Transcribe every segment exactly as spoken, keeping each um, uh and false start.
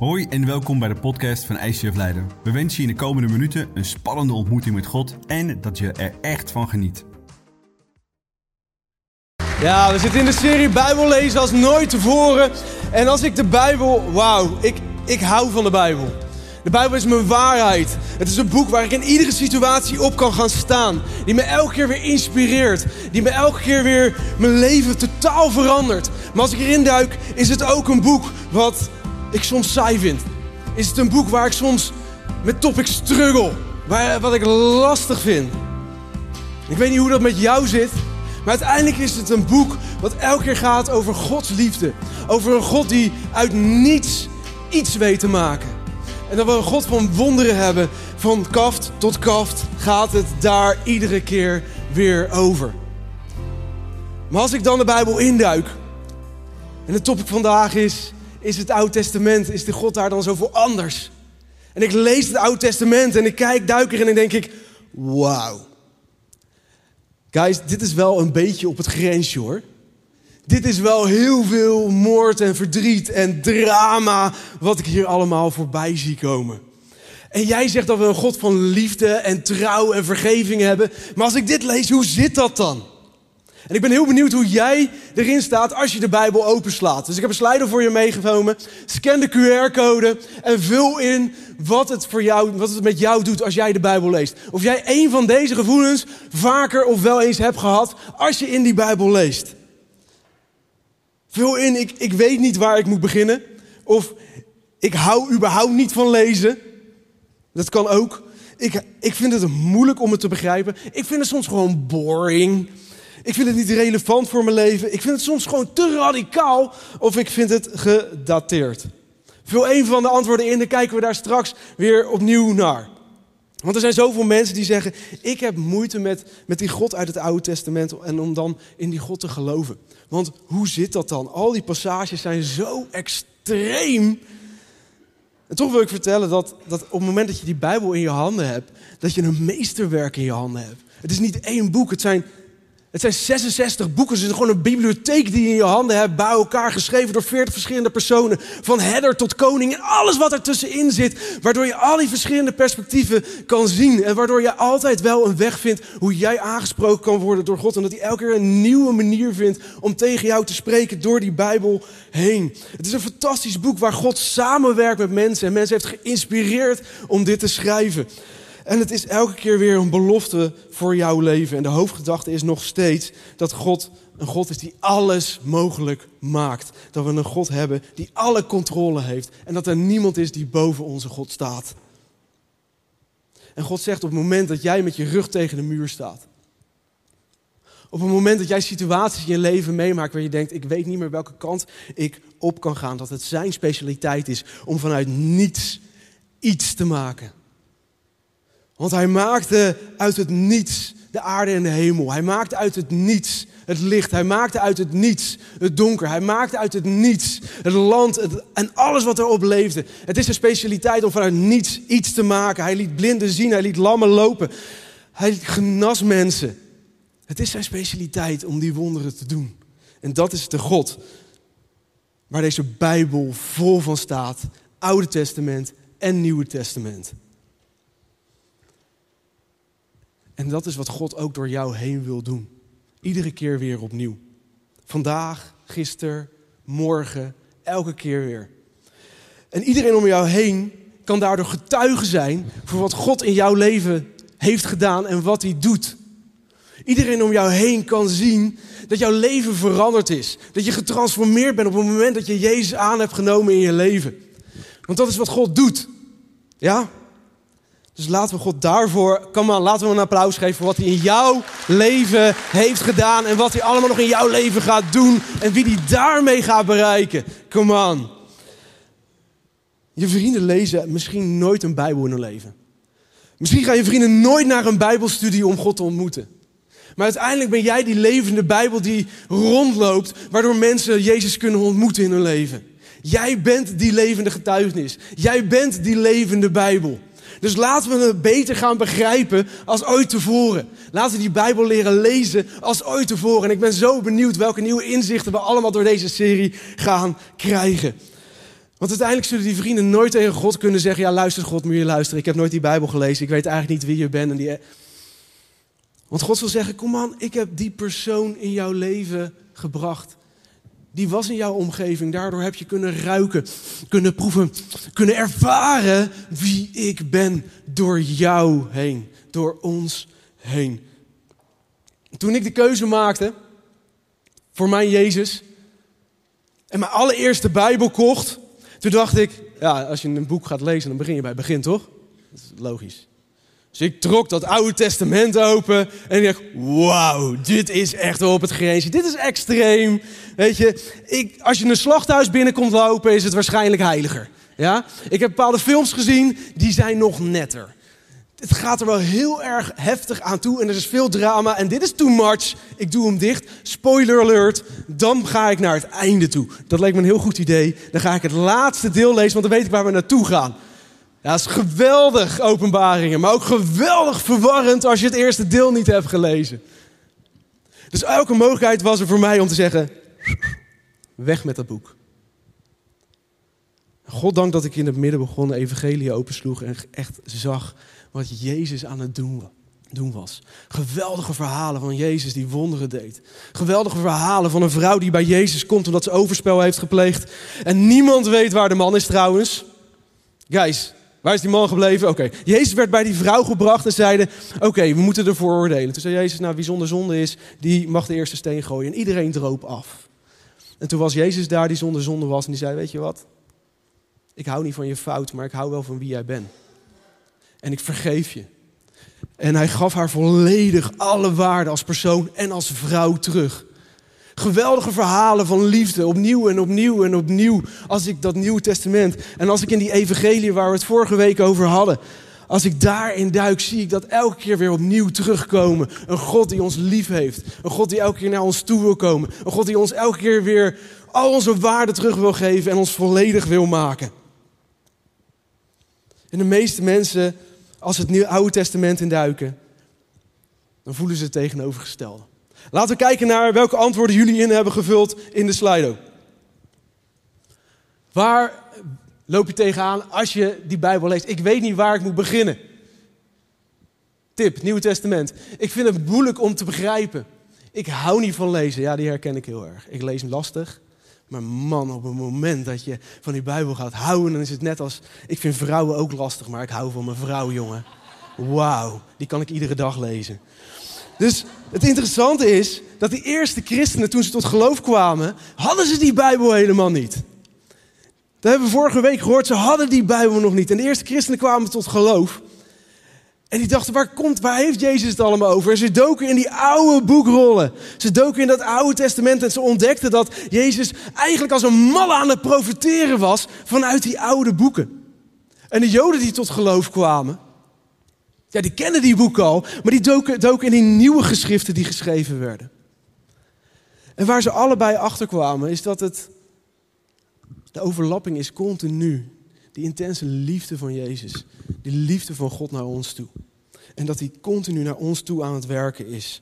Hoi en welkom bij de podcast van I C F Leiden. We wensen je in de komende minuten een spannende ontmoeting met God en dat je er echt van geniet. Ja, we zitten in de serie Bijbel lezen als nooit tevoren. En als ik de Bijbel, wauw, ik, ik hou van de Bijbel. De Bijbel is mijn waarheid. Het is een boek waar ik in iedere situatie op kan gaan staan. Die me elke keer weer inspireert. Die me elke keer weer mijn leven totaal verandert. Maar als ik erin duik, is het ook een boek wat ik soms saai vind. Is het een boek waar ik soms met topics struggle. Waar, wat ik lastig vind. Ik weet niet hoe dat met jou zit. Maar uiteindelijk is het een boek wat elke keer gaat over Gods liefde. Over een God die uit niets iets weet te maken. En dat we een God van wonderen hebben. Van kaft tot kaft gaat het daar iedere keer weer over. Maar als ik dan de Bijbel induik. En het topic vandaag is, is het Oude Testament. Is de God daar dan zoveel anders? En ik lees het Oude Testament en ik kijk, duik erin en denk ik, wauw. Guys, dit is wel een beetje op het grensje hoor. Dit is wel heel veel moord en verdriet en drama wat ik hier allemaal voorbij zie komen. En jij zegt dat we een God van liefde en trouw en vergeving hebben. Maar als ik dit lees, hoe zit dat dan? En ik ben heel benieuwd hoe jij erin staat als je de Bijbel openslaat. Dus ik heb een slider voor je meegenomen. Scan de Q R-code en vul in wat het, voor jou, wat het met jou doet als jij de Bijbel leest. Of jij een van deze gevoelens vaker of wel eens hebt gehad als je in die Bijbel leest. Vul in, ik, ik weet niet waar ik moet beginnen. Of ik hou überhaupt niet van lezen. Dat kan ook. Ik, ik vind het moeilijk om het te begrijpen. Ik vind het soms gewoon boring. Ik vind het niet relevant voor mijn leven. Ik vind het soms gewoon te radicaal. Of ik vind het gedateerd. Vul een van de antwoorden in, dan kijken we daar straks weer opnieuw naar. Want er zijn zoveel mensen die zeggen, ik heb moeite met, met die God uit het Oude Testament en om dan in die God te geloven. Want hoe zit dat dan? Al die passages zijn zo extreem. En toch wil ik vertellen dat, dat op het moment dat je die Bijbel in je handen hebt, dat je een meesterwerk in je handen hebt. Het is niet één boek, het zijn... Het zijn zesenzestig boeken, het is gewoon een bibliotheek die je in je handen hebt, bij elkaar geschreven door veertig verschillende personen. Van herder tot koning en alles wat ertussenin zit, waardoor je al die verschillende perspectieven kan zien. En waardoor je altijd wel een weg vindt hoe jij aangesproken kan worden door God. En dat hij elke keer een nieuwe manier vindt om tegen jou te spreken door die Bijbel heen. Het is een fantastisch boek waar God samenwerkt met mensen en mensen heeft geïnspireerd om dit te schrijven. En het is elke keer weer een belofte voor jouw leven. En de hoofdgedachte is nog steeds dat God een God is die alles mogelijk maakt. Dat we een God hebben die alle controle heeft. En dat er niemand is die boven onze God staat. En God zegt op het moment dat jij met je rug tegen de muur staat. Op het moment dat jij situaties in je leven meemaakt waar je denkt, ik weet niet meer welke kant ik op kan gaan. Dat het zijn specialiteit is om vanuit niets iets te maken. Want hij maakte uit het niets de aarde en de hemel. Hij maakte uit het niets het licht. Hij maakte uit het niets het donker. Hij maakte uit het niets het land het, en alles wat erop leefde. Het is zijn specialiteit om vanuit niets iets te maken. Hij liet blinden zien, hij liet lammen lopen. Hij genas mensen. Het is zijn specialiteit om die wonderen te doen. En dat is de God waar deze Bijbel vol van staat. Oude Testament en Nieuwe Testament. En dat is wat God ook door jou heen wil doen. Iedere keer weer opnieuw. Vandaag, gisteren, morgen, elke keer weer. En iedereen om jou heen kan daardoor getuige zijn voor wat God in jouw leven heeft gedaan en wat hij doet. Iedereen om jou heen kan zien dat jouw leven veranderd is. Dat je getransformeerd bent op het moment dat je Jezus aan hebt genomen in je leven. Want dat is wat God doet. Ja? Dus laten we God daarvoor, kom maar, laten we een applaus geven voor wat hij in jouw leven heeft gedaan. En wat hij allemaal nog in jouw leven gaat doen. En wie hij daarmee gaat bereiken. Come on. Je vrienden lezen misschien nooit een Bijbel in hun leven. Misschien gaan je vrienden nooit naar een Bijbelstudie om God te ontmoeten. Maar uiteindelijk ben jij die levende Bijbel die rondloopt, waardoor mensen Jezus kunnen ontmoeten in hun leven. Jij bent die levende getuigenis. Jij bent die levende Bijbel. Dus laten we het beter gaan begrijpen als ooit tevoren. Laten we die Bijbel leren lezen als ooit tevoren. En ik ben zo benieuwd welke nieuwe inzichten we allemaal door deze serie gaan krijgen. Want uiteindelijk zullen die vrienden nooit tegen God kunnen zeggen, ja luister God, moet je luisteren. Ik heb nooit die Bijbel gelezen, ik weet eigenlijk niet wie je bent. En die... Want God zal zeggen, kom man, ik heb die persoon in jouw leven gebracht. Die was in jouw omgeving, daardoor heb je kunnen ruiken, kunnen proeven, kunnen ervaren wie ik ben door jou heen, door ons heen. Toen ik de keuze maakte voor mijn Jezus en mijn allereerste Bijbel kocht, toen dacht ik, ja, als je een boek gaat lezen, dan begin je bij het begin, toch? Dat is logisch. Dus ik trok dat Oude Testament open en ik dacht, wauw, dit is echt wel op het grensje. Dit is extreem. Weet je, ik, als je een slachthuis binnenkomt lopen, is het waarschijnlijk heiliger. Ja? Ik heb bepaalde films gezien, die zijn nog netter. Het gaat er wel heel erg heftig aan toe en er is veel drama en dit is too much. Ik doe hem dicht. Spoiler alert. Dan ga ik naar het einde toe. Dat leek me een heel goed idee. Dan ga ik het laatste deel lezen, want dan weet ik waar we naartoe gaan. Ja, dat is geweldig, Openbaringen. Maar ook geweldig verwarrend als je het eerste deel niet hebt gelezen. Dus elke mogelijkheid was er voor mij om te zeggen, weg met dat boek. Goddank dat ik in het midden begon, de evangelie opensloeg en echt zag wat Jezus aan het doen, doen was. Geweldige verhalen van Jezus die wonderen deed. Geweldige verhalen van een vrouw die bij Jezus komt omdat ze overspel heeft gepleegd. En niemand weet waar de man is trouwens. Guys, waar is die man gebleven? Oké, okay. Jezus werd bij die vrouw gebracht en zeiden, oké, okay, we moeten ervoor oordelen. Toen zei Jezus, nou wie zonder zonde is, die mag de eerste steen gooien. En iedereen droop af. En toen was Jezus daar die zonder zonde was en die zei, weet je wat? Ik hou niet van je fout, maar ik hou wel van wie jij bent. En ik vergeef je. En hij gaf haar volledig alle waarde als persoon en als vrouw terug. Geweldige verhalen van liefde, opnieuw en opnieuw en opnieuw. Als ik dat Nieuwe Testament en als ik in die evangelie waar we het vorige week over hadden, als ik daarin duik, zie ik dat elke keer weer opnieuw terugkomen. Een God die ons lief heeft. Een God die elke keer naar ons toe wil komen. Een God die ons elke keer weer al onze waarde terug wil geven en ons volledig wil maken. En de meeste mensen, als ze het Oude Testament induiken, dan voelen ze het tegenovergestelde. Laten we kijken naar welke antwoorden jullie in hebben gevuld in de Slido. Waar loop je tegenaan als je die Bijbel leest? Ik weet niet waar ik moet beginnen. Tip, Nieuwe Testament. Ik vind het moeilijk om te begrijpen. Ik hou niet van lezen. Ja, die herken ik heel erg. Ik lees lastig. Maar man, op het moment dat je van die Bijbel gaat houden, dan is het net als... Ik vind vrouwen ook lastig, maar ik hou van mijn vrouw, jongen. Wauw, die kan ik iedere dag lezen. Dus het interessante is dat die eerste christenen, toen ze tot geloof kwamen, hadden ze die Bijbel helemaal niet. Dat hebben we vorige week gehoord, ze hadden die Bijbel nog niet. En de eerste christenen kwamen tot geloof. En die dachten, waar, komt, waar heeft Jezus het allemaal over? En ze doken in die oude boekrollen. Ze doken in dat Oude Testament en ze ontdekten dat Jezus eigenlijk als een malle aan het profeteren was vanuit die oude boeken. En de Joden die tot geloof kwamen, ja, die kennen die boeken al, maar die doken, doken in die nieuwe geschriften die geschreven werden. En waar ze allebei achter kwamen, is dat het, de overlapping is continu. Die intense liefde van Jezus. Die liefde van God naar ons toe. En dat hij continu naar ons toe aan het werken is.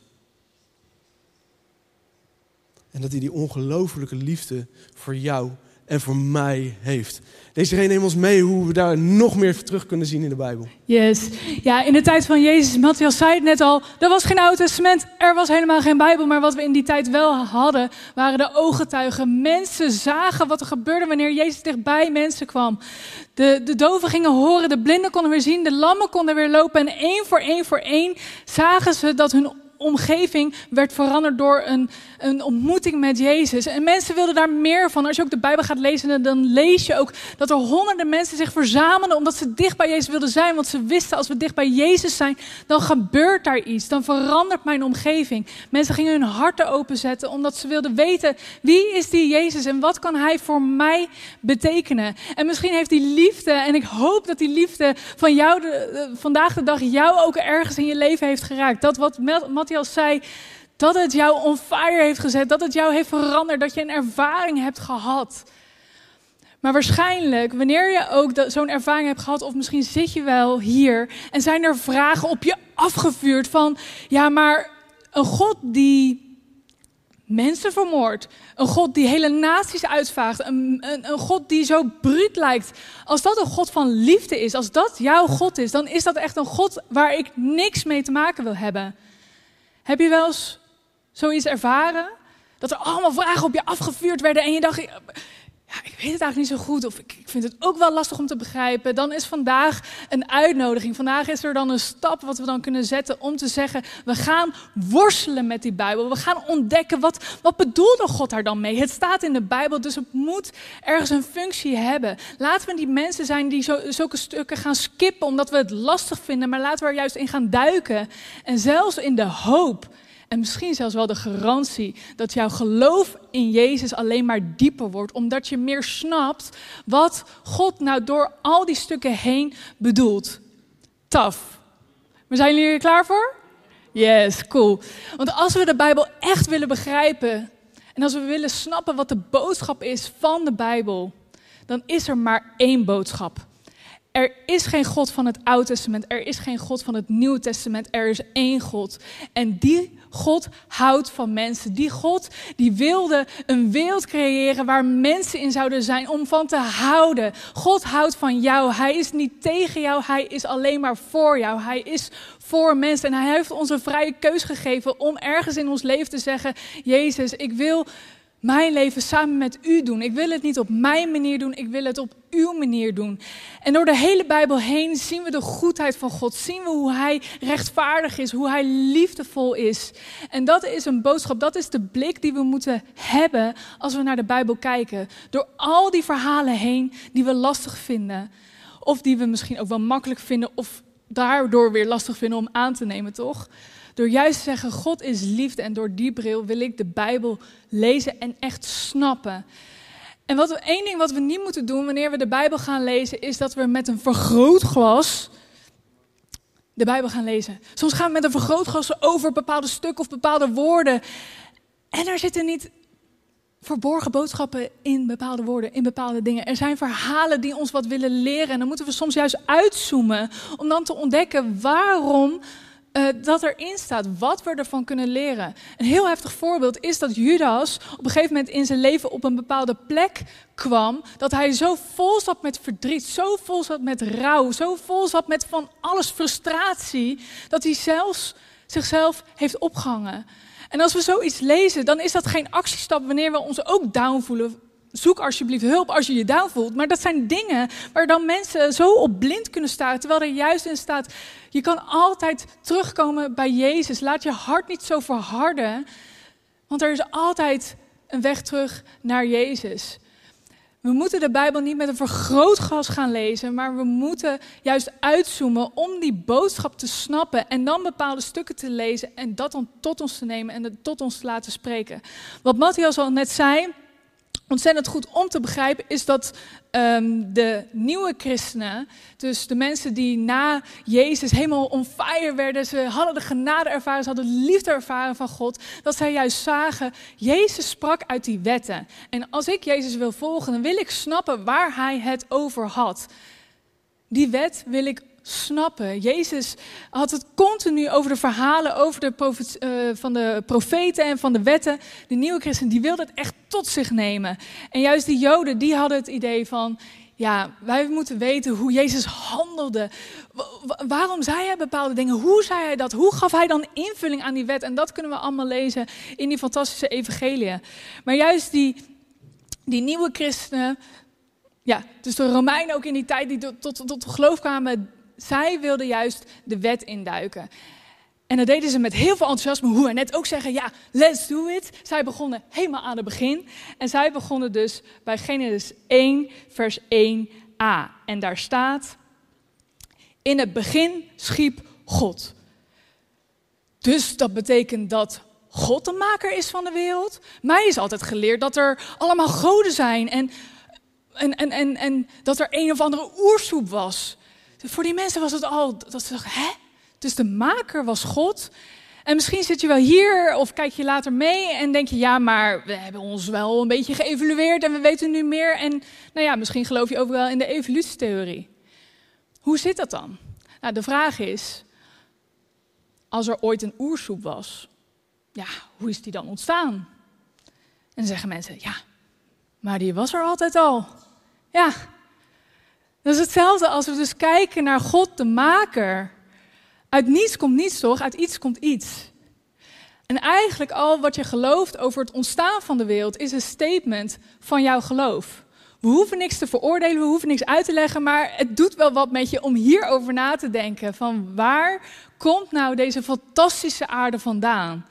En dat hij die ongelofelijke liefde voor jou en voor mij heeft. Deze reden neemt ons mee hoe we daar nog meer terug kunnen zien in de Bijbel. Yes. Ja, in de tijd van Jezus, Matthias zei het net al, er was geen Oude Testament, er was helemaal geen Bijbel. Maar wat we in die tijd wel hadden, waren de ooggetuigen. Mensen zagen wat er gebeurde wanneer Jezus dichtbij mensen kwam. De, de doven gingen horen, de blinden konden weer zien, de lammen konden weer lopen. En één voor één voor één zagen ze dat hun omgeving werd veranderd door een, een ontmoeting met Jezus. En mensen wilden daar meer van. Als je ook de Bijbel gaat lezen, dan lees je ook dat er honderden mensen zich verzamelden omdat ze dicht bij Jezus wilden zijn. Want ze wisten, als we dicht bij Jezus zijn, dan gebeurt daar iets. Dan verandert mijn omgeving. Mensen gingen hun harten openzetten omdat ze wilden weten, wie is die Jezus en wat kan hij voor mij betekenen? En misschien heeft die liefde, en ik hoop dat die liefde van jou de, de, vandaag de dag jou ook ergens in je leven heeft geraakt. Dat wat Matthias zei, dat het jou on fire heeft gezet, dat het jou heeft veranderd, dat je een ervaring hebt gehad. Maar waarschijnlijk, wanneer je ook zo'n ervaring hebt gehad, of misschien zit je wel hier en zijn er vragen op je afgevuurd van, ja, maar een God die mensen vermoordt. Een God die hele naties uitvaagt. Een, een, een God die zo bruut lijkt. Als dat een God van liefde is, als dat jouw God is, dan is dat echt een God waar ik niks mee te maken wil hebben. Heb je wel eens zoiets ervaren? Dat er allemaal vragen op je afgevuurd werden en je dacht, ja, ik weet het eigenlijk niet zo goed of ik, ik vind het ook wel lastig om te begrijpen. Dan is vandaag een uitnodiging. Vandaag is er dan een stap wat we dan kunnen zetten om te zeggen, we gaan worstelen met die Bijbel. We gaan ontdekken, wat, wat bedoelde God daar dan mee? Het staat in de Bijbel, dus het moet ergens een functie hebben. Laten we die mensen zijn die zo, zulke stukken gaan skippen omdat we het lastig vinden, maar laten we er juist in gaan duiken. En zelfs in de hoop. En misschien zelfs wel de garantie dat jouw geloof in Jezus alleen maar dieper wordt. Omdat je meer snapt wat God nou door al die stukken heen bedoelt. Tough. Maar zijn jullie er klaar voor? Yes, cool. Want als we de Bijbel echt willen begrijpen. En als we willen snappen wat de boodschap is van de Bijbel. Dan is er maar één boodschap. Er is geen God van het Oude Testament. Er is geen God van het Nieuwe Testament. Er is één God. En die God houdt van mensen. Die God die wilde een wereld creëren waar mensen in zouden zijn om van te houden. God houdt van jou. Hij is niet tegen jou. Hij is alleen maar voor jou. Hij is voor mensen. En hij heeft ons een vrije keus gegeven om ergens in ons leven te zeggen, Jezus, ik wil mijn leven samen met u doen. Ik wil het niet op mijn manier doen, ik wil het op uw manier doen. En door de hele Bijbel heen zien we de goedheid van God. Zien we hoe hij rechtvaardig is, hoe hij liefdevol is. En dat is een boodschap, dat is de blik die we moeten hebben als we naar de Bijbel kijken. Door al die verhalen heen die we lastig vinden. Of die we misschien ook wel makkelijk vinden of daardoor weer lastig vinden om aan te nemen, toch? Door juist te zeggen, God is liefde en door die bril wil ik de Bijbel lezen en echt snappen. En wat we, één ding wat we niet moeten doen wanneer we de Bijbel gaan lezen, is dat we met een vergrootglas de Bijbel gaan lezen. Soms gaan we met een vergrootglas over bepaalde stukken of bepaalde woorden. En er zitten niet verborgen boodschappen in bepaalde woorden, in bepaalde dingen. Er zijn verhalen die ons wat willen leren. En dan moeten we soms juist uitzoomen om dan te ontdekken waarom Uh, dat erin staat, wat we ervan kunnen leren. Een heel heftig voorbeeld is dat Judas op een gegeven moment in zijn leven op een bepaalde plek kwam, dat hij zo vol zat met verdriet, zo vol zat met rouw, zo vol zat met van alles frustratie, dat hij zelfs zichzelf heeft opgehangen. En als we zoiets lezen, dan is dat geen actiestap wanneer we ons ook down voelen. Zoek alsjeblieft hulp als je je down voelt. Maar dat zijn dingen waar dan mensen zo op blind kunnen staan. Terwijl er juist in staat, je kan altijd terugkomen bij Jezus. Laat je hart niet zo verharden. Want er is altijd een weg terug naar Jezus. We moeten de Bijbel niet met een vergrootglas gaan lezen. Maar we moeten juist uitzoomen om die boodschap te snappen. En dan bepaalde stukken te lezen. En dat dan tot ons te nemen en het tot ons te laten spreken. Wat Matthias al net zei, ontzettend goed om te begrijpen, is dat um, de nieuwe christenen, dus de mensen die na Jezus helemaal on fire werden, ze hadden de genade ervaren, ze hadden de liefde ervaren van God, dat zij juist zagen, Jezus sprak uit die wetten. En als ik Jezus wil volgen, dan wil ik snappen waar hij het over had. Die wet wil ik snappen. Jezus had het continu over de verhalen over de profet, uh, van de profeten en van de wetten. De nieuwe christen die wilden het echt tot zich nemen. En juist die Joden die hadden het idee van, ja, wij moeten weten hoe Jezus handelde. W- waarom zei hij bepaalde dingen? Hoe zei hij dat? Hoe gaf hij dan invulling aan die wet? En dat kunnen we allemaal lezen in die fantastische evangeliën. Maar juist die, die nieuwe christenen, ja, dus de Romeinen ook in die tijd die tot, tot, tot geloof kwamen, zij wilden juist de wet induiken. En dat deden ze met heel veel enthousiasme, hoe we net ook zeggen, ja, let's do it. Zij begonnen helemaal aan het begin. En zij begonnen dus bij Genesis één, vers één a. En daar staat, in het begin schiep God. Dus dat betekent dat God de maker is van de wereld. Mij is altijd geleerd dat er allemaal goden zijn en, en, en, en, en dat er een of andere oersoep was. Voor die mensen was het al, dat ze dachten, hè? Dus de maker was God. En misschien zit je wel hier of kijk je later mee en denk je, ja, maar we hebben ons wel een beetje geëvalueerd en we weten nu meer. En nou ja, misschien geloof je ook wel in de evolutietheorie. Hoe zit dat dan? Nou, de vraag is, als er ooit een oersoep was, ja, hoe is die dan ontstaan? dan zeggen mensen, ja, maar die was er altijd al. Ja, dat is hetzelfde als we dus kijken naar God, de maker. Uit niets komt niets, toch? Uit iets komt iets. En eigenlijk al wat je gelooft over het ontstaan van de wereld is een statement van jouw geloof. We hoeven niks te veroordelen, we hoeven niks uit te leggen, maar het doet wel wat met je om hierover na te denken. Van waar komt nou deze fantastische aarde vandaan?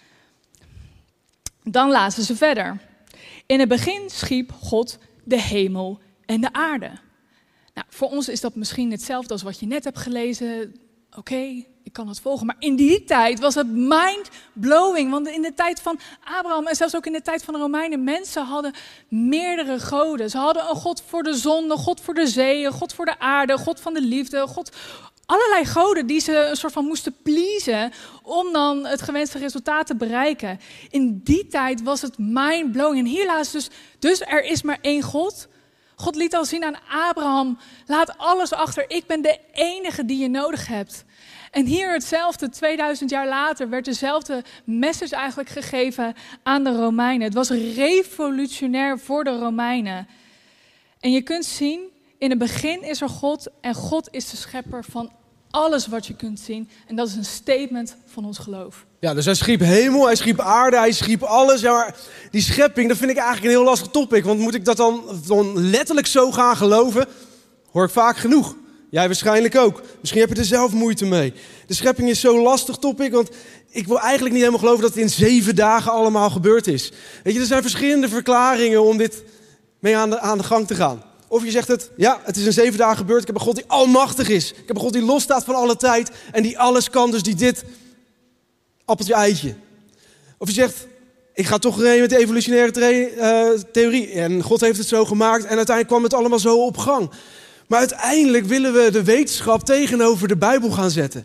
Dan lazen ze verder. In het begin schiep God de hemel en de aarde. Nou, voor ons is dat misschien hetzelfde als wat je net hebt gelezen. Oké, okay, ik kan het volgen. Maar in die tijd was het mind-blowing. Want in de tijd van Abraham en zelfs ook in de tijd van de Romeinen, mensen hadden meerdere goden. Ze hadden een God voor de zon, een God voor de zee, een God voor de aarde, een God van de liefde, een God... Allerlei goden die ze een soort van moesten pleasen om dan het gewenste resultaat te bereiken. In die tijd was het mind-blowing. En hier laat dus, dus er is maar één God. God liet al zien aan Abraham, laat alles achter. Ik ben de enige die je nodig hebt. En hier hetzelfde, tweeduizend jaar later, werd dezelfde message eigenlijk gegeven aan de Romeinen. Het was revolutionair voor de Romeinen. En je kunt zien, in het begin is er God en God is de schepper van alles wat je kunt zien. En dat is een statement van ons geloof. Ja, dus hij schiep hemel, hij schiep aarde, hij schiep alles. Ja, maar die schepping, dat vind ik eigenlijk een heel lastig topic. Want moet ik dat dan, dan letterlijk zo gaan geloven? Hoor ik vaak genoeg. Jij waarschijnlijk ook. Misschien heb je er zelf moeite mee. De schepping is zo'n lastig topic, want ik wil eigenlijk niet helemaal geloven dat het in zeven dagen allemaal gebeurd is. Weet je, er zijn verschillende verklaringen om dit mee aan de, aan de gang te gaan. Of je zegt het, ja, het is in zeven dagen gebeurd. Ik heb een God die almachtig is. Ik heb een God die losstaat van alle tijd en die alles kan, dus die dit, appeltje eitje. Of je zegt, ik ga toch mee met de evolutionaire tre- uh, theorie. En God heeft het zo gemaakt en uiteindelijk kwam het allemaal zo op gang. Maar uiteindelijk willen we de wetenschap tegenover de Bijbel gaan zetten.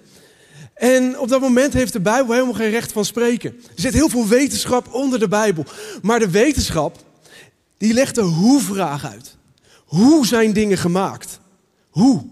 En op dat moment heeft de Bijbel helemaal geen recht van spreken. Er zit heel veel wetenschap onder de Bijbel. Maar de wetenschap, die legt de hoe-vraag uit. Hoe zijn dingen gemaakt? Hoe?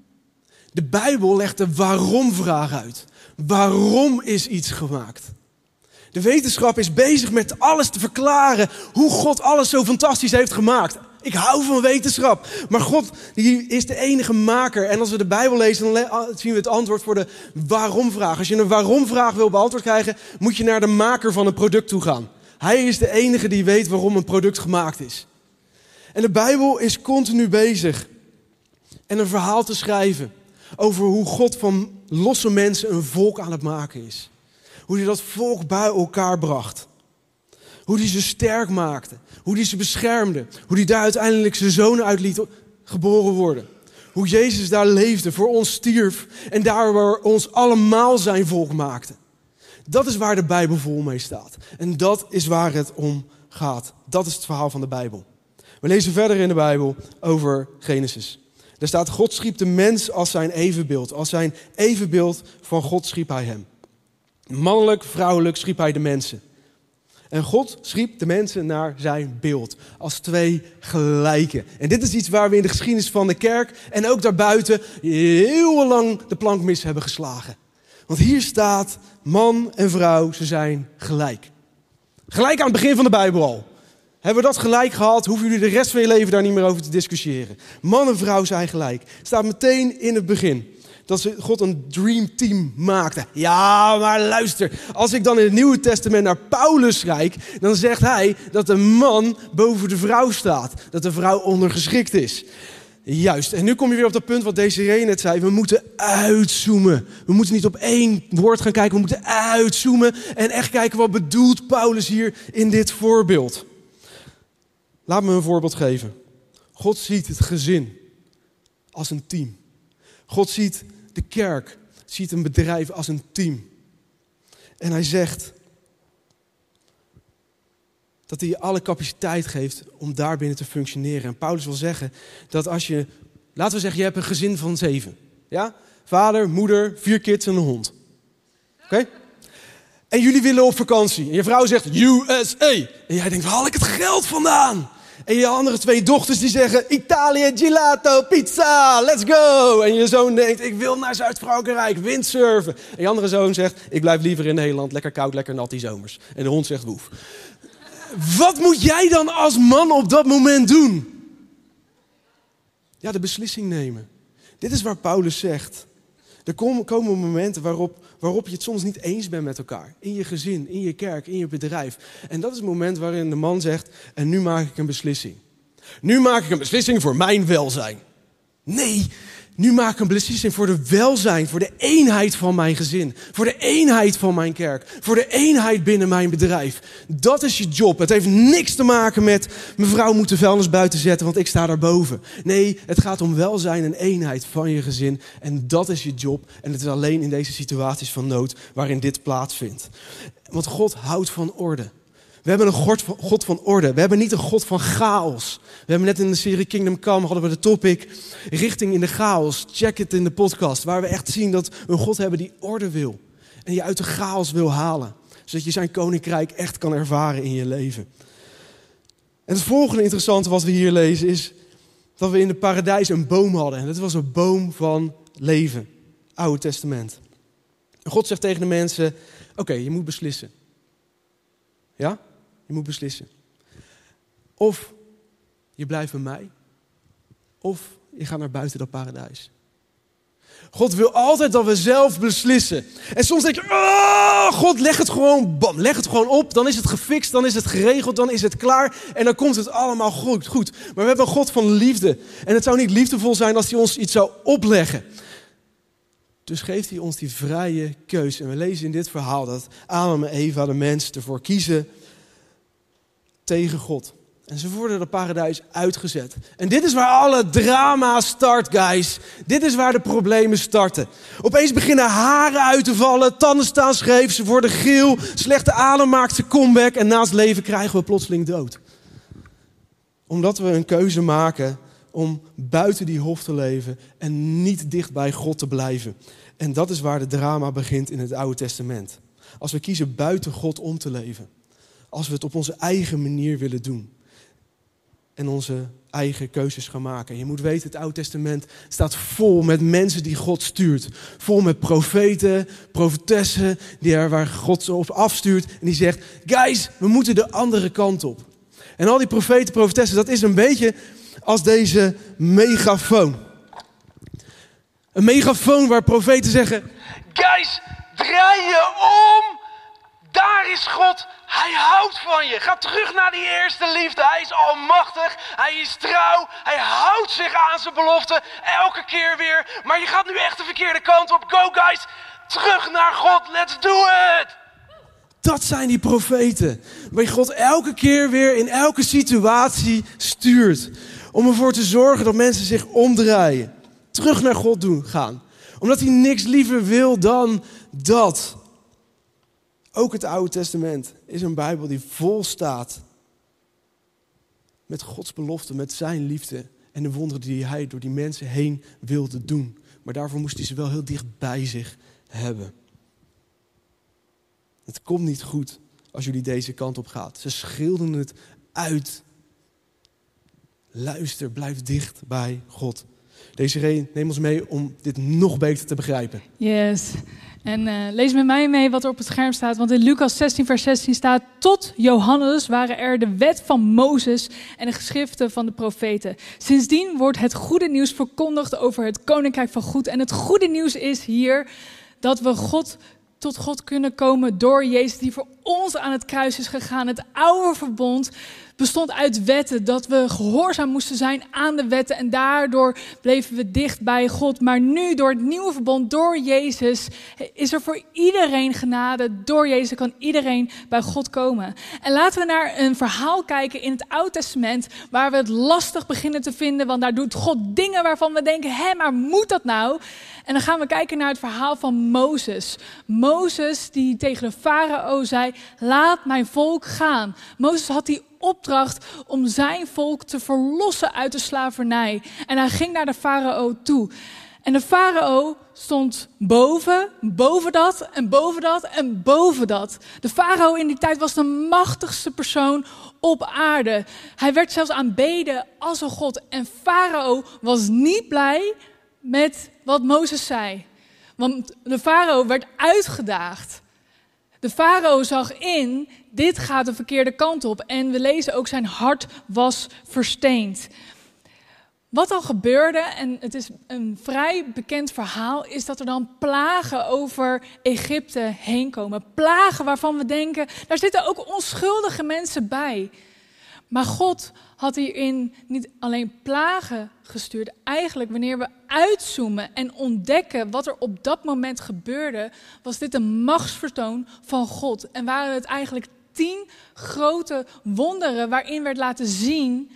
De Bijbel legt de waarom-vraag uit. Waarom is iets gemaakt? De wetenschap is bezig met alles te verklaren hoe God alles zo fantastisch heeft gemaakt. Ik hou van wetenschap. Maar God die is de enige maker. En als we de Bijbel lezen, dan zien we het antwoord voor de waarom-vraag. Als je een waarom-vraag wil beantwoord krijgen, moet je naar de maker van een product toe gaan. Hij is de enige die weet waarom een product gemaakt is. En de Bijbel is continu bezig en een verhaal te schrijven over hoe God van losse mensen een volk aan het maken is. Hoe hij dat volk bij elkaar bracht. Hoe hij ze sterk maakte. Hoe hij ze beschermde. Hoe hij daar uiteindelijk zijn zonen uit liet geboren worden. Hoe Jezus daar leefde, voor ons stierf en daar waar ons allemaal zijn volk maakte. Dat is waar de Bijbel vol mee staat. En dat is waar het om gaat. Dat is het verhaal van de Bijbel. We lezen verder in de Bijbel over Genesis. Daar staat, God schiep de mens als zijn evenbeeld. Als zijn evenbeeld van God schiep hij hem. Mannelijk, vrouwelijk schiep hij de mensen. En God schiep de mensen naar zijn beeld. Als twee gelijken. En dit is iets waar we in de geschiedenis van de kerk en ook daarbuiten heel lang de plank mis hebben geslagen. Want hier staat, man en vrouw, ze zijn gelijk. Gelijk aan het begin van de Bijbel al. Hebben we dat gelijk gehad, hoeven jullie de rest van je leven daar niet meer over te discussiëren. Man en vrouw zijn gelijk. Het staat meteen in het begin dat God een dream team maakte. Ja, maar luister. Als ik dan in het Nieuwe Testament naar Paulus kijk, dan zegt hij dat de man boven de vrouw staat. Dat de vrouw ondergeschikt is. Juist. En nu kom je weer op dat punt wat Desiree net zei. We moeten uitzoomen. We moeten niet op één woord gaan kijken. We moeten uitzoomen en echt kijken wat bedoelt Paulus hier in dit voorbeeld. Laat me een voorbeeld geven. God ziet het gezin als een team. God ziet de kerk, ziet een bedrijf als een team. En hij zegt dat hij je alle capaciteit geeft om daarbinnen te functioneren. En Paulus wil zeggen dat als je, laten we zeggen, je hebt een gezin van zeven. Ja? Vader, moeder, vier kids en een hond. Oké? Okay? En jullie willen op vakantie. En je vrouw zegt U S A. En jij denkt, waar haal ik het geld vandaan? En je andere twee dochters die zeggen Italië, gelato, pizza, let's go. En je zoon denkt, ik wil naar Zuid-Frankrijk, windsurfen. En je andere zoon zegt, ik blijf liever in Nederland, lekker koud, lekker nat die zomers. En de hond zegt woef. wat moet jij dan als man op dat moment doen? Ja, de beslissing nemen. Dit is waar Paulus zegt. Er komen momenten waarop, waarop je het soms niet eens bent met elkaar. In je gezin, in je kerk, in je bedrijf. En dat is het moment waarin de man zegt, en nu maak ik een beslissing. Nu maak ik een beslissing voor mijn welzijn. Nee, nu maak ik een beslissing voor de welzijn, voor de eenheid van mijn gezin. Voor de eenheid van mijn kerk. Voor de eenheid binnen mijn bedrijf. Dat is je job. Het heeft niks te maken met, mevrouw moet de vuilnis buiten zetten, want ik sta daarboven. Nee, het gaat om welzijn en eenheid van je gezin. En dat is je job. En het is alleen in deze situaties van nood waarin dit plaatsvindt. Want God houdt van orde. We hebben een God van, God van orde. We hebben niet een God van chaos. We hebben net in de serie Kingdom Come hadden we de topic richting in de chaos. Check het in de podcast. Waar we echt zien dat we een God hebben die orde wil. En je uit de chaos wil halen. Zodat je zijn koninkrijk echt kan ervaren in je leven. En het volgende interessante wat we hier lezen is dat we in het paradijs een boom hadden. En dat was een boom van leven. Oude Testament. En God zegt tegen de mensen, oké, okay, je moet beslissen. Ja? Je moet beslissen. Of je blijft bij mij. Of je gaat naar buiten dat paradijs. God wil altijd dat we zelf beslissen. En soms denk je, oh, God, leg het gewoon, bam, leg het gewoon op. Dan is het gefixt, dan is het geregeld, dan is het klaar. En dan komt het allemaal goed. goed. Maar we hebben een God van liefde. En het zou niet liefdevol zijn als hij ons iets zou opleggen. Dus geeft hij ons die vrije keus. En we lezen in dit verhaal dat Adam en Eva, de mens, ervoor kiezen tegen God. En ze worden het paradijs uitgezet. En dit is waar alle drama start, guys. Dit is waar de problemen starten. Opeens beginnen haren uit te vallen, tanden staan scheef, ze worden geel, slechte adem maakt zijn comeback en naast leven krijgen we plotseling dood. Omdat we een keuze maken om buiten die hof te leven en niet dicht bij God te blijven. En dat is waar de drama begint in het Oude Testament. Als we kiezen buiten God om te leven. Als we het op onze eigen manier willen doen. En onze eigen keuzes gaan maken. Je moet weten, het Oude Testament staat vol met mensen die God stuurt. Vol met profeten, profetessen, die er waar God ze op afstuurt. En die zegt, guys, we moeten de andere kant op. En al die profeten, profetessen, dat is een beetje als deze megafoon. Een megafoon waar profeten zeggen, guys, draai je om. Daar is God. Hij houdt van je. Ga terug naar die eerste liefde. Hij is almachtig. Hij is trouw. Hij houdt zich aan zijn belofte. Elke keer weer. Maar je gaat nu echt de verkeerde kant op. Go guys. Terug naar God. Let's do it. Dat zijn die profeten. Waar God elke keer weer in elke situatie stuurt. Om ervoor te zorgen dat mensen zich omdraaien. Terug naar God doen gaan. Omdat hij niks liever wil dan dat. Ook het Oude Testament is een Bijbel die vol staat met Gods belofte, met zijn liefde en de wonderen die hij door die mensen heen wilde doen. Maar daarvoor moest hij ze wel heel dicht bij zich hebben. Het komt niet goed als jullie deze kant op gaan. Ze schreeuwden het uit. Luister, blijf dicht bij God. Desiree, neem ons mee om dit nog beter te begrijpen. Yes. En uh, lees met mij mee wat er op het scherm staat. Want in Lucas zestien vers zestien staat, tot Johannes waren er de wet van Mozes en de geschriften van de profeten. Sindsdien wordt het goede nieuws verkondigd over het koninkrijk van God. En het goede nieuws is hier dat we God tot God kunnen komen door Jezus die voor ons aan het kruis is gegaan. Het oude verbond bestond uit wetten, dat we gehoorzaam moesten zijn aan de wetten en daardoor bleven we dicht bij God. Maar nu door het nieuwe verbond, door Jezus, is er voor iedereen genade. Door Jezus kan iedereen bij God komen. En laten we naar een verhaal kijken in het Oude Testament waar we het lastig beginnen te vinden, want daar doet God dingen waarvan we denken, hé, maar moet dat nou? En dan gaan we kijken naar het verhaal van Mozes. Mozes die tegen de farao zei, laat mijn volk gaan. Mozes had die opdracht om zijn volk te verlossen uit de slavernij. En hij ging naar de farao toe. En de farao stond boven, boven dat en boven dat en boven dat. De farao in die tijd was de machtigste persoon op aarde. Hij werd zelfs aanbeden als een god. En farao was niet blij met wat Mozes zei. Want de farao werd uitgedaagd. De farao zag in, dit gaat de verkeerde kant op. En we lezen ook, zijn hart was versteend. Wat dan gebeurde, en het is een vrij bekend verhaal, is dat er dan plagen over Egypte heen komen. Plagen waarvan we denken, daar zitten ook onschuldige mensen bij. Maar God had hierin niet alleen plagen gestuurd. Eigenlijk, wanneer we uitzoomen en ontdekken wat er op dat moment gebeurde, was dit een machtsvertoon van God. En waren het eigenlijk tien grote wonderen waarin werd laten zien,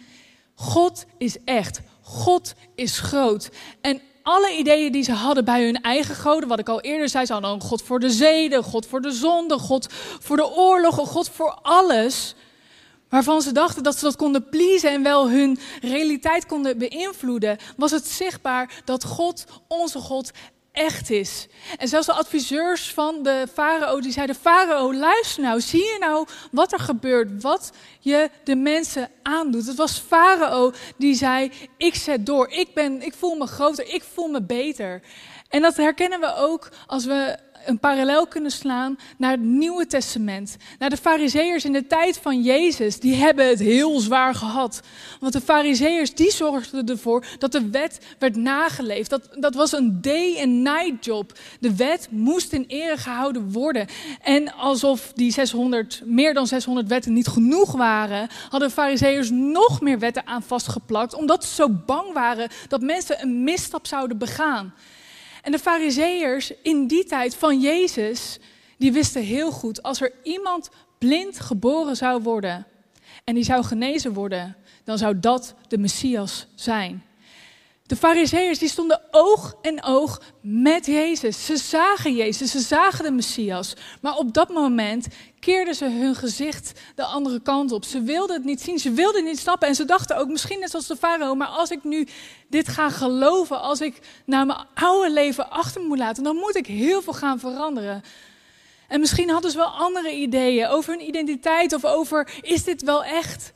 God is echt. God is groot. En alle ideeën die ze hadden bij hun eigen goden, wat ik al eerder zei, ze hadden een God voor de zee, een God voor de zonde, God voor de oorlog, een God voor alles, waarvan ze dachten dat ze dat konden pleasen en wel hun realiteit konden beïnvloeden, was het zichtbaar dat God, onze God, echt is. En zelfs de adviseurs van de farao, die zeiden, farao, luister nou, zie je nou wat er gebeurt, wat je de mensen aandoet. Het was farao die zei, ik zet door, ik, ben, ik voel me groter, ik voel me beter. En dat herkennen we ook als we een parallel kunnen slaan naar het Nieuwe Testament. Naar de farizeeërs in de tijd van Jezus, die hebben het heel zwaar gehad. Want de farizeeërs, die zorgden ervoor dat de wet werd nageleefd. Dat, dat was een day and night job. De wet moest in ere gehouden worden. En alsof die zeshonderd, meer dan zeshonderd wetten niet genoeg waren, hadden farizeeërs nog meer wetten aan vastgeplakt, omdat ze zo bang waren dat mensen een misstap zouden begaan. En de farizeeërs in die tijd van Jezus, die wisten heel goed, als er iemand blind geboren zou worden en die zou genezen worden, dan zou dat de Messias zijn. De farizeeërs die stonden oog in oog met Jezus. Ze zagen Jezus, ze zagen de Messias. Maar op dat moment keerden ze hun gezicht de andere kant op. Ze wilden het niet zien, ze wilden het niet snappen. En ze dachten ook, misschien net zoals de farao, maar als ik nu dit ga geloven, als ik naar mijn oude leven achter moet laten, dan moet ik heel veel gaan veranderen. En misschien hadden ze wel andere ideeën over hun identiteit of over, is dit wel echt?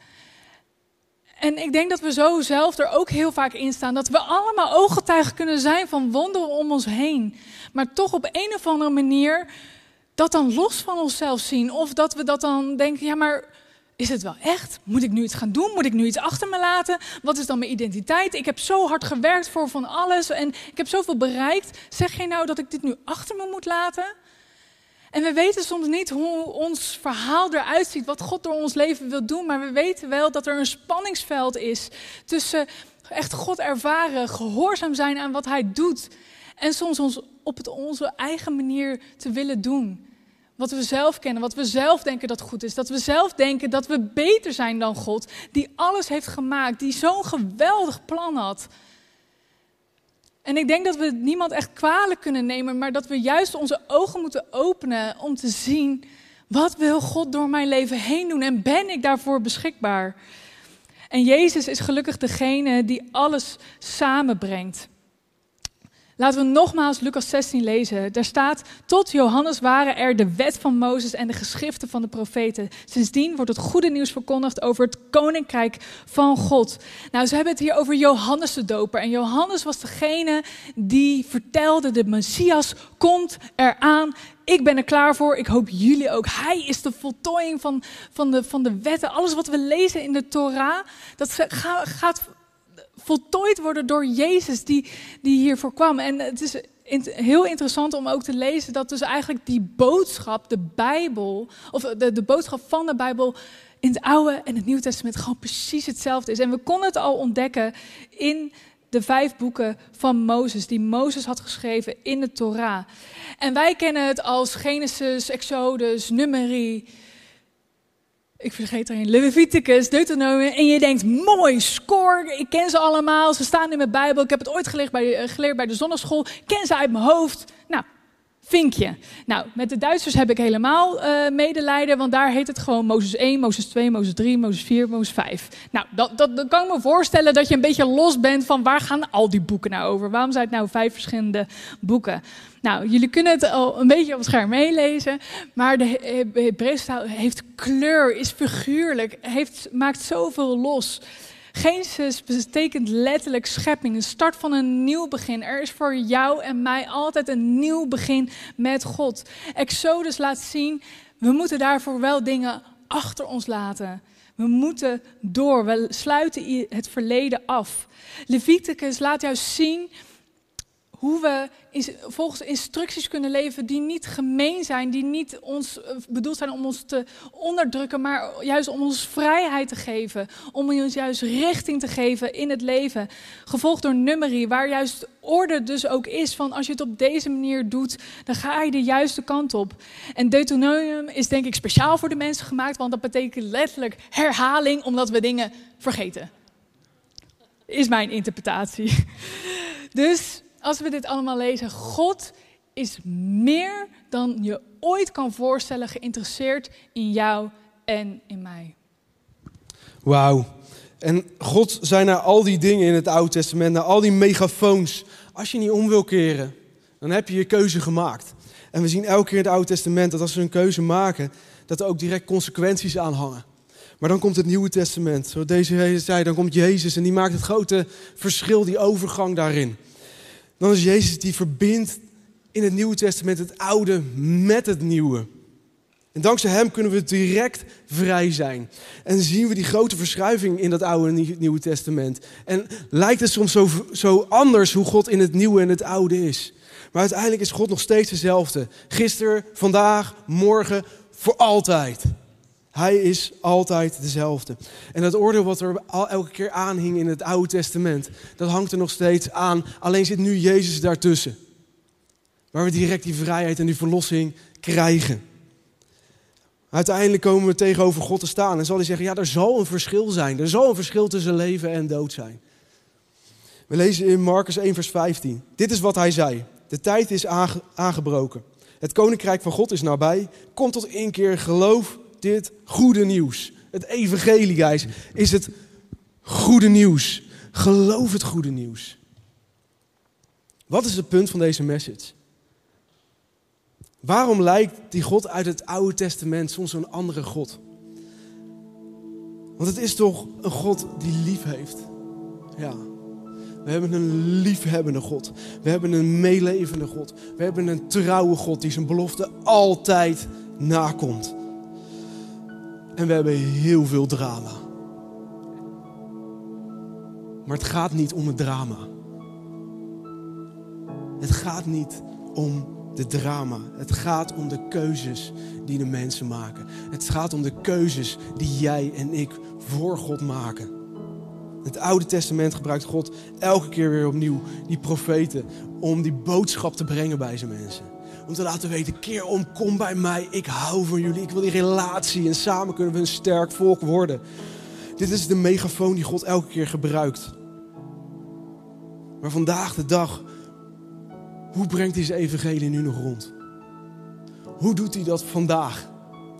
En ik denk dat we zo zelf er ook heel vaak in staan, dat we allemaal ooggetuigen kunnen zijn van wonderen om ons heen. Maar toch op een of andere manier dat dan los van onszelf zien. Of dat we dat dan denken, ja maar is het wel echt? Moet ik nu iets gaan doen? Moet ik nu iets achter me laten? Wat is dan mijn identiteit? Ik heb zo hard gewerkt voor van alles en ik heb zoveel bereikt. Zeg je nou dat ik dit nu achter me moet laten? En we weten soms niet hoe ons verhaal eruit ziet, wat God door ons leven wil doen. Maar we weten wel dat er een spanningsveld is tussen echt God ervaren, gehoorzaam zijn aan wat hij doet. En soms ons op het, onze eigen manier te willen doen. Wat we zelf kennen, wat we zelf denken dat goed is. Dat we zelf denken dat we beter zijn dan God, die alles heeft gemaakt, die zo'n geweldig plan had. En ik denk dat we het niemand echt kwalijk kunnen nemen, maar dat we juist onze ogen moeten openen om te zien, wat wil God door mijn leven heen doen en ben ik daarvoor beschikbaar? En Jezus is gelukkig degene die alles samenbrengt. Laten we nogmaals Lucas zestien lezen. Daar staat, tot Johannes waren er de wet van Mozes en de geschriften van de profeten. Sindsdien wordt het goede nieuws verkondigd over het koninkrijk van God. Nou, ze hebben het hier over Johannes de Doper. En Johannes was degene die vertelde, de Messias komt eraan. Ik ben er klaar voor, ik hoop jullie ook. Hij is de voltooiing van, van, de, van de wetten. Alles wat we lezen in de Torah, dat gaat voltooid worden door Jezus die, die hiervoor kwam. En het is heel interessant om ook te lezen dat dus eigenlijk die boodschap, de Bijbel, of de, de boodschap van de Bijbel in het Oude en het Nieuwe Testament gewoon precies hetzelfde is. En we konden het al ontdekken in de vijf boeken van Mozes, die Mozes had geschreven in de Torah. En wij kennen het als Genesis, Exodus, Numeri, ik vergeet er een, Leviticus, Deuteronomium. En je denkt, mooi, score, ik ken ze allemaal. Ze staan in mijn Bijbel. Ik heb het ooit geleerd bij, uh, geleerd bij de zonneschool. Ik ken ze uit mijn hoofd. Nou, vinkje. Nou, met de Duitsers heb ik helemaal uh, medelijden. Want daar heet het gewoon Mozes één, Mozes twee, Mozes drie, Mozes vier, Mozes vijf. Nou, dat, dat, dan kan ik me voorstellen dat je een beetje los bent van waar gaan al die boeken nou over? Waarom zijn het nou vijf verschillende boeken? Nou, jullie kunnen het al een beetje op het scherm meelezen, maar de Hebreeuwse taal heeft kleur, is figuurlijk, heeft, maakt zoveel los. Genesis betekent letterlijk schepping, een start van een nieuw begin. Er is voor jou en mij altijd een nieuw begin met God. Exodus laat zien, we moeten daarvoor wel dingen achter ons laten. We moeten door, we sluiten het verleden af. Leviticus laat jou zien hoe we volgens instructies kunnen leven die niet gemeen zijn, die niet ons bedoeld zijn om ons te onderdrukken, maar juist om ons vrijheid te geven, om ons juist richting te geven in het leven. Gevolgd door Numeri, waar juist orde dus ook is van als je het op deze manier doet, dan ga je de juiste kant op. En Deuteronomium is denk ik speciaal voor de mensen gemaakt, want dat betekent letterlijk herhaling, omdat we dingen vergeten. Is mijn interpretatie. Dus als we dit allemaal lezen, God is meer dan je ooit kan voorstellen geïnteresseerd in jou en in mij. Wauw. En God zei naar al die dingen in het Oude Testament, naar al die megafoons, als je niet om wil keren, dan heb je je keuze gemaakt. En we zien elke keer in het Oude Testament dat als we een keuze maken, dat er ook direct consequenties aan hangen. Maar dan komt het Nieuwe Testament. Zoals deze zei, dan komt Jezus en die maakt het grote verschil, die overgang daarin. Dan is Jezus die verbindt in het Nieuwe Testament het oude met het nieuwe. En dankzij hem kunnen we direct vrij zijn. En zien we die grote verschuiving in dat oude en Nieuwe Testament. En lijkt het soms zo, zo anders hoe God in het nieuwe en het oude is. Maar uiteindelijk is God nog steeds dezelfde. Gisteren, vandaag, morgen, voor altijd. Hij is altijd dezelfde. En dat oordeel wat er elke keer aanhing in het Oude Testament, dat hangt er nog steeds aan. Alleen zit nu Jezus daartussen. Waar we direct die vrijheid en die verlossing krijgen. Uiteindelijk komen we tegenover God te staan en zal hij zeggen, ja, er zal een verschil zijn. Er zal een verschil tussen leven en dood zijn. We lezen in Markus één vers vijftien. Dit is wat hij zei. De tijd is aange- aangebroken. Het koninkrijk van God is nabij. Kom tot inkeer, geloof dit goede nieuws. Het evangelie, guys, is het goede nieuws. Geloof het goede nieuws. Wat is het punt van deze message? Waarom lijkt die God uit het Oude Testament soms zo'n andere God? Want het is toch een God die lief heeft. Ja. We hebben een liefhebbende God. We hebben een meelevende God. We hebben een trouwe God die zijn belofte altijd nakomt. En we hebben heel veel drama. Maar het gaat niet om het drama. Het gaat niet om de drama. Het gaat om de keuzes die de mensen maken. Het gaat om de keuzes die jij en ik voor God maken. Het Oude Testament gebruikt God elke keer weer opnieuw die profeten om die boodschap te brengen bij zijn mensen. Om te laten weten, keer om, kom bij mij, ik hou van jullie, ik wil die relatie en samen kunnen we een sterk volk worden. Dit is de megafoon die God elke keer gebruikt. Maar vandaag de dag, hoe brengt hij zijn evangelie nu nog rond? Hoe doet hij dat vandaag?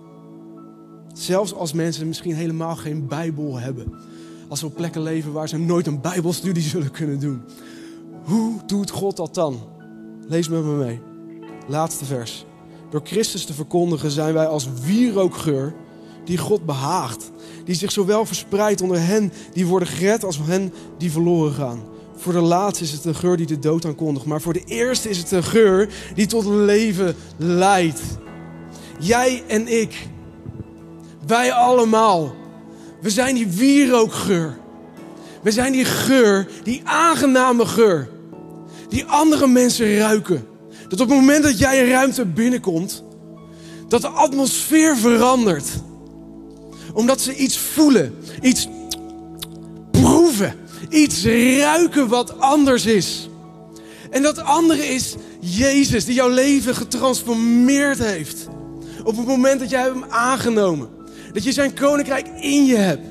Zelfs als mensen misschien helemaal geen Bijbel hebben. Als we op plekken leven waar ze nooit een Bijbelstudie zullen kunnen doen. Hoe doet God dat dan? Lees met me mee. Laatste vers. Door Christus te verkondigen zijn wij als wierookgeur die God behaagt. Die zich zowel verspreidt onder hen die worden gered als hen die verloren gaan. Voor de laatste is het een geur die de dood aankondigt. Maar voor de eerste is het een geur die tot leven leidt. Jij en ik. Wij allemaal. We zijn die wierookgeur. We zijn die geur, die aangename geur. Die andere mensen ruiken. Dat op het moment dat jij een ruimte binnenkomt, dat de atmosfeer verandert. Omdat ze iets voelen, iets proeven, iets ruiken wat anders is. En dat andere is Jezus, die jouw leven getransformeerd heeft. Op het moment dat jij hem aangenomen. Dat je zijn koninkrijk in je hebt.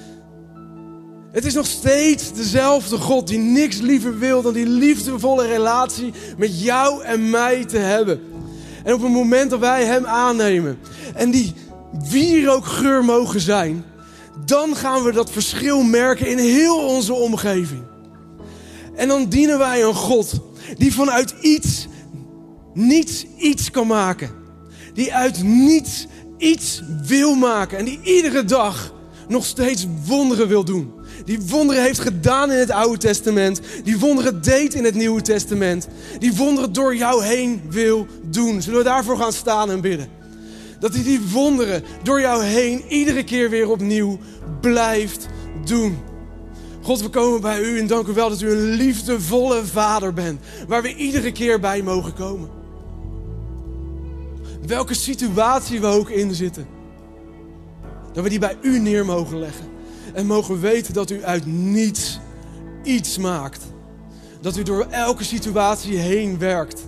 Het is nog steeds dezelfde God die niks liever wil dan die liefdevolle relatie met jou en mij te hebben. En op het moment dat wij hem aannemen en die wierookgeur mogen zijn, dan gaan we dat verschil merken in heel onze omgeving. En dan dienen wij een God die vanuit iets, niets iets kan maken. Die uit niets iets wil maken en die iedere dag nog steeds wonderen wil doen. Die wonderen heeft gedaan in het Oude Testament. Die wonderen deed in het Nieuwe Testament. Die wonderen door jou heen wil doen. Zullen we daarvoor gaan staan en bidden? Dat hij die wonderen door jou heen iedere keer weer opnieuw blijft doen. God, we komen bij u en dank u wel dat u een liefdevolle vader bent. Waar we iedere keer bij mogen komen. Welke situatie we ook in zitten. Dat we die bij u neer mogen leggen. En mogen weten dat u uit niets iets maakt. Dat u door elke situatie heen werkt.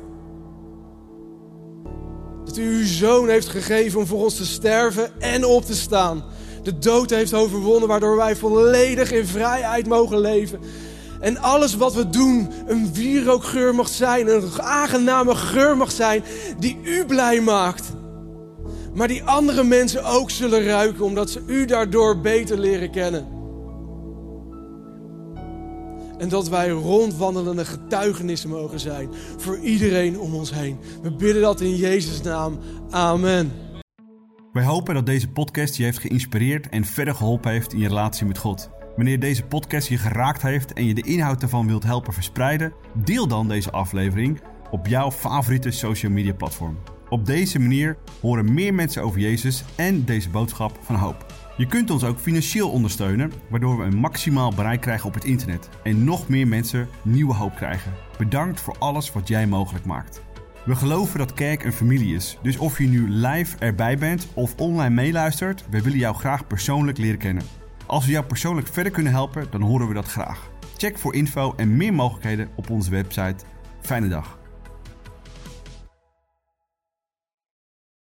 Dat u uw zoon heeft gegeven om voor ons te sterven en op te staan. De dood heeft overwonnen, waardoor wij volledig in vrijheid mogen leven. En alles wat we doen, een wierookgeur mag zijn, een aangename geur mag zijn, die u blij maakt. Maar die andere mensen ook zullen ruiken, omdat ze u daardoor beter leren kennen. En dat wij rondwandelende getuigenissen mogen zijn voor iedereen om ons heen. We bidden dat in Jezus' naam. Amen. Wij hopen dat deze podcast je heeft geïnspireerd en verder geholpen heeft in je relatie met God. Wanneer deze podcast je geraakt heeft en je de inhoud ervan wilt helpen verspreiden, deel dan deze aflevering op jouw favoriete social media platform. Op deze manier horen meer mensen over Jezus en deze boodschap van hoop. Je kunt ons ook financieel ondersteunen, waardoor we een maximaal bereik krijgen op het internet en nog meer mensen nieuwe hoop krijgen. Bedankt voor alles wat jij mogelijk maakt. We geloven dat kerk een familie is, dus of je nu live erbij bent of online meeluistert, we willen jou graag persoonlijk leren kennen. Als we jou persoonlijk verder kunnen helpen, dan horen we dat graag. Check voor info en meer mogelijkheden op onze website. Fijne dag.